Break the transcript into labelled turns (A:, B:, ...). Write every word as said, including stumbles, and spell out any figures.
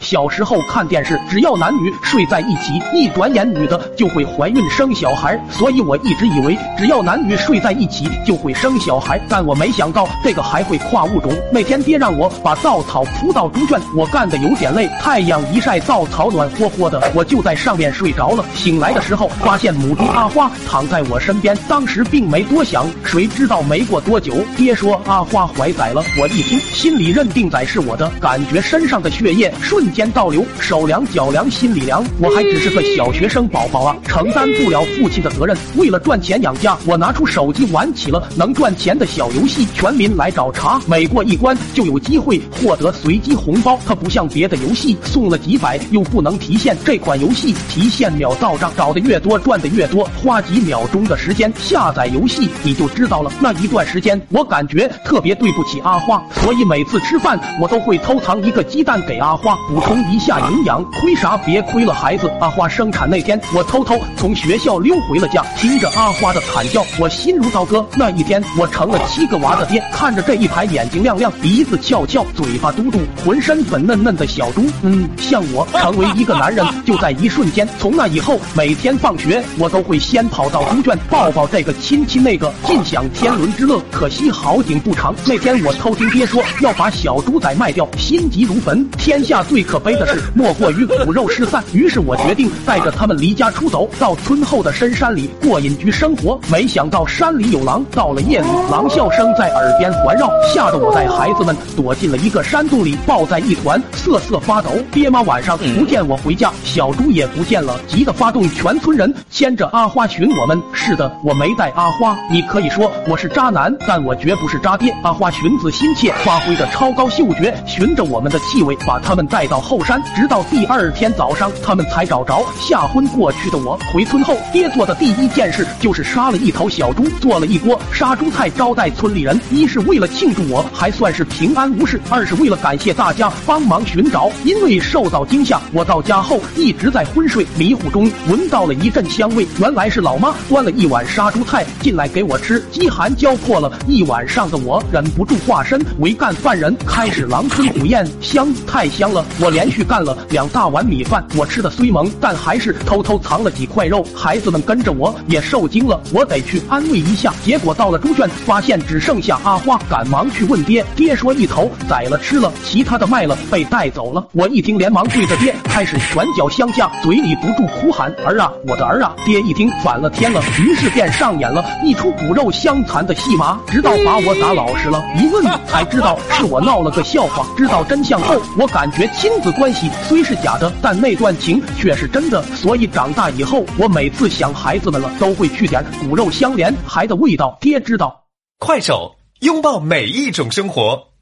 A: 小时候看电视，只要男女睡在一起，一转眼女的就会怀孕生小孩，所以我一直以为只要男女睡在一起就会生小孩，但我没想到这个还会跨物种。那天爹让我把稻草铺到猪圈，我干得有点累，太阳一晒，稻草暖和和的，我就在上面睡着了。醒来的时候，发现母猪阿花躺在我身边，当时并没多想，谁知道没过多久，爹说阿花怀崽了。我一听，心里认定崽是我的，感觉身上的血液瞬间倒流，手凉脚凉心里凉。我还只是个小学生宝宝啊，承担不了父亲的责任。为了赚钱养家，我拿出手机玩起了能赚钱的小游戏，全民来找茬，每过一关就有机会获得随机红包。它不像别的游戏送了几百又不能提现，这款游戏提现秒到账，找的越多赚的越多，花几秒钟的时间下载游戏你就知道了。那一段时间我感觉特别对不起阿花，所以每次吃饭我都会偷藏一个鸡蛋给阿花补充一下营养，亏啥别亏了孩子。阿花生产那天，我偷偷从学校溜回了家，听着阿花的惨叫，我心如刀割。那一天我成了七个娃的爹，看着这一排眼睛亮亮鼻子翘翘嘴巴嘟嘟浑身粉嫩嫩的小猪，嗯，像我成为一个男人就在一瞬间。从那以后每天放学我都会先跑到猪圈抱抱这个亲亲那个，尽享天伦之乐。可惜好景不长，那天我偷听爹说要把小猪仔卖掉，心急如焚。天下最可悲的事莫过于骨肉失散，于是我决定带着他们离家出走，到村后的深山里过隐居生活。没想到山里有狼，到了夜里狼笑声在耳边环绕，吓得我带孩子们躲进了一个山洞里，抱在一团瑟瑟发抖。爹妈晚上不见我回家，小猪也不见了，急得发动全村人牵着阿花寻我们。是的，我没带阿花，你可以说我是渣男，但我绝不是渣爹。阿花寻子心切，发挥着超高嗅觉，循着我们的气味把他们带到后山，直到第二天早上他们才找着吓昏过去的我。回村后，爹做的第一件事就是杀了一头小猪，做了一锅杀猪菜招待村里人，一是为了庆祝我还算是平安无事，二是为了感谢大家帮忙寻找。因为受到惊吓，我到家后一直在昏睡，迷糊中闻到了一阵香味，原来是老妈端了一碗杀猪菜进来给我吃。饥寒交迫了一晚上的我忍不住化身为干饭人，开始狼吞虎咽，香太香了。我连续干了两大碗米饭，我吃的虽猛，但还是偷偷藏了几块肉。孩子们跟着我也受惊了，我得去安慰一下。结果到了猪圈，发现只剩下阿花，赶忙去问爹，爹说一头宰了吃了，其他的卖了被带走了。我一听连忙对着爹开始拳脚相加，嘴里不住哭喊儿啊，我的儿啊。爹一听反了天了，于是便上演了一出骨肉相残的戏码，直到把我打老实了，一问才知道是我闹了个笑话。知道真相后，我感觉亲子关系虽是假的，但那段情却是真的，所以长大以后我每次想孩子们了都会去点骨肉相连还的味道。爹知道。
B: 快手，拥抱每一种生活。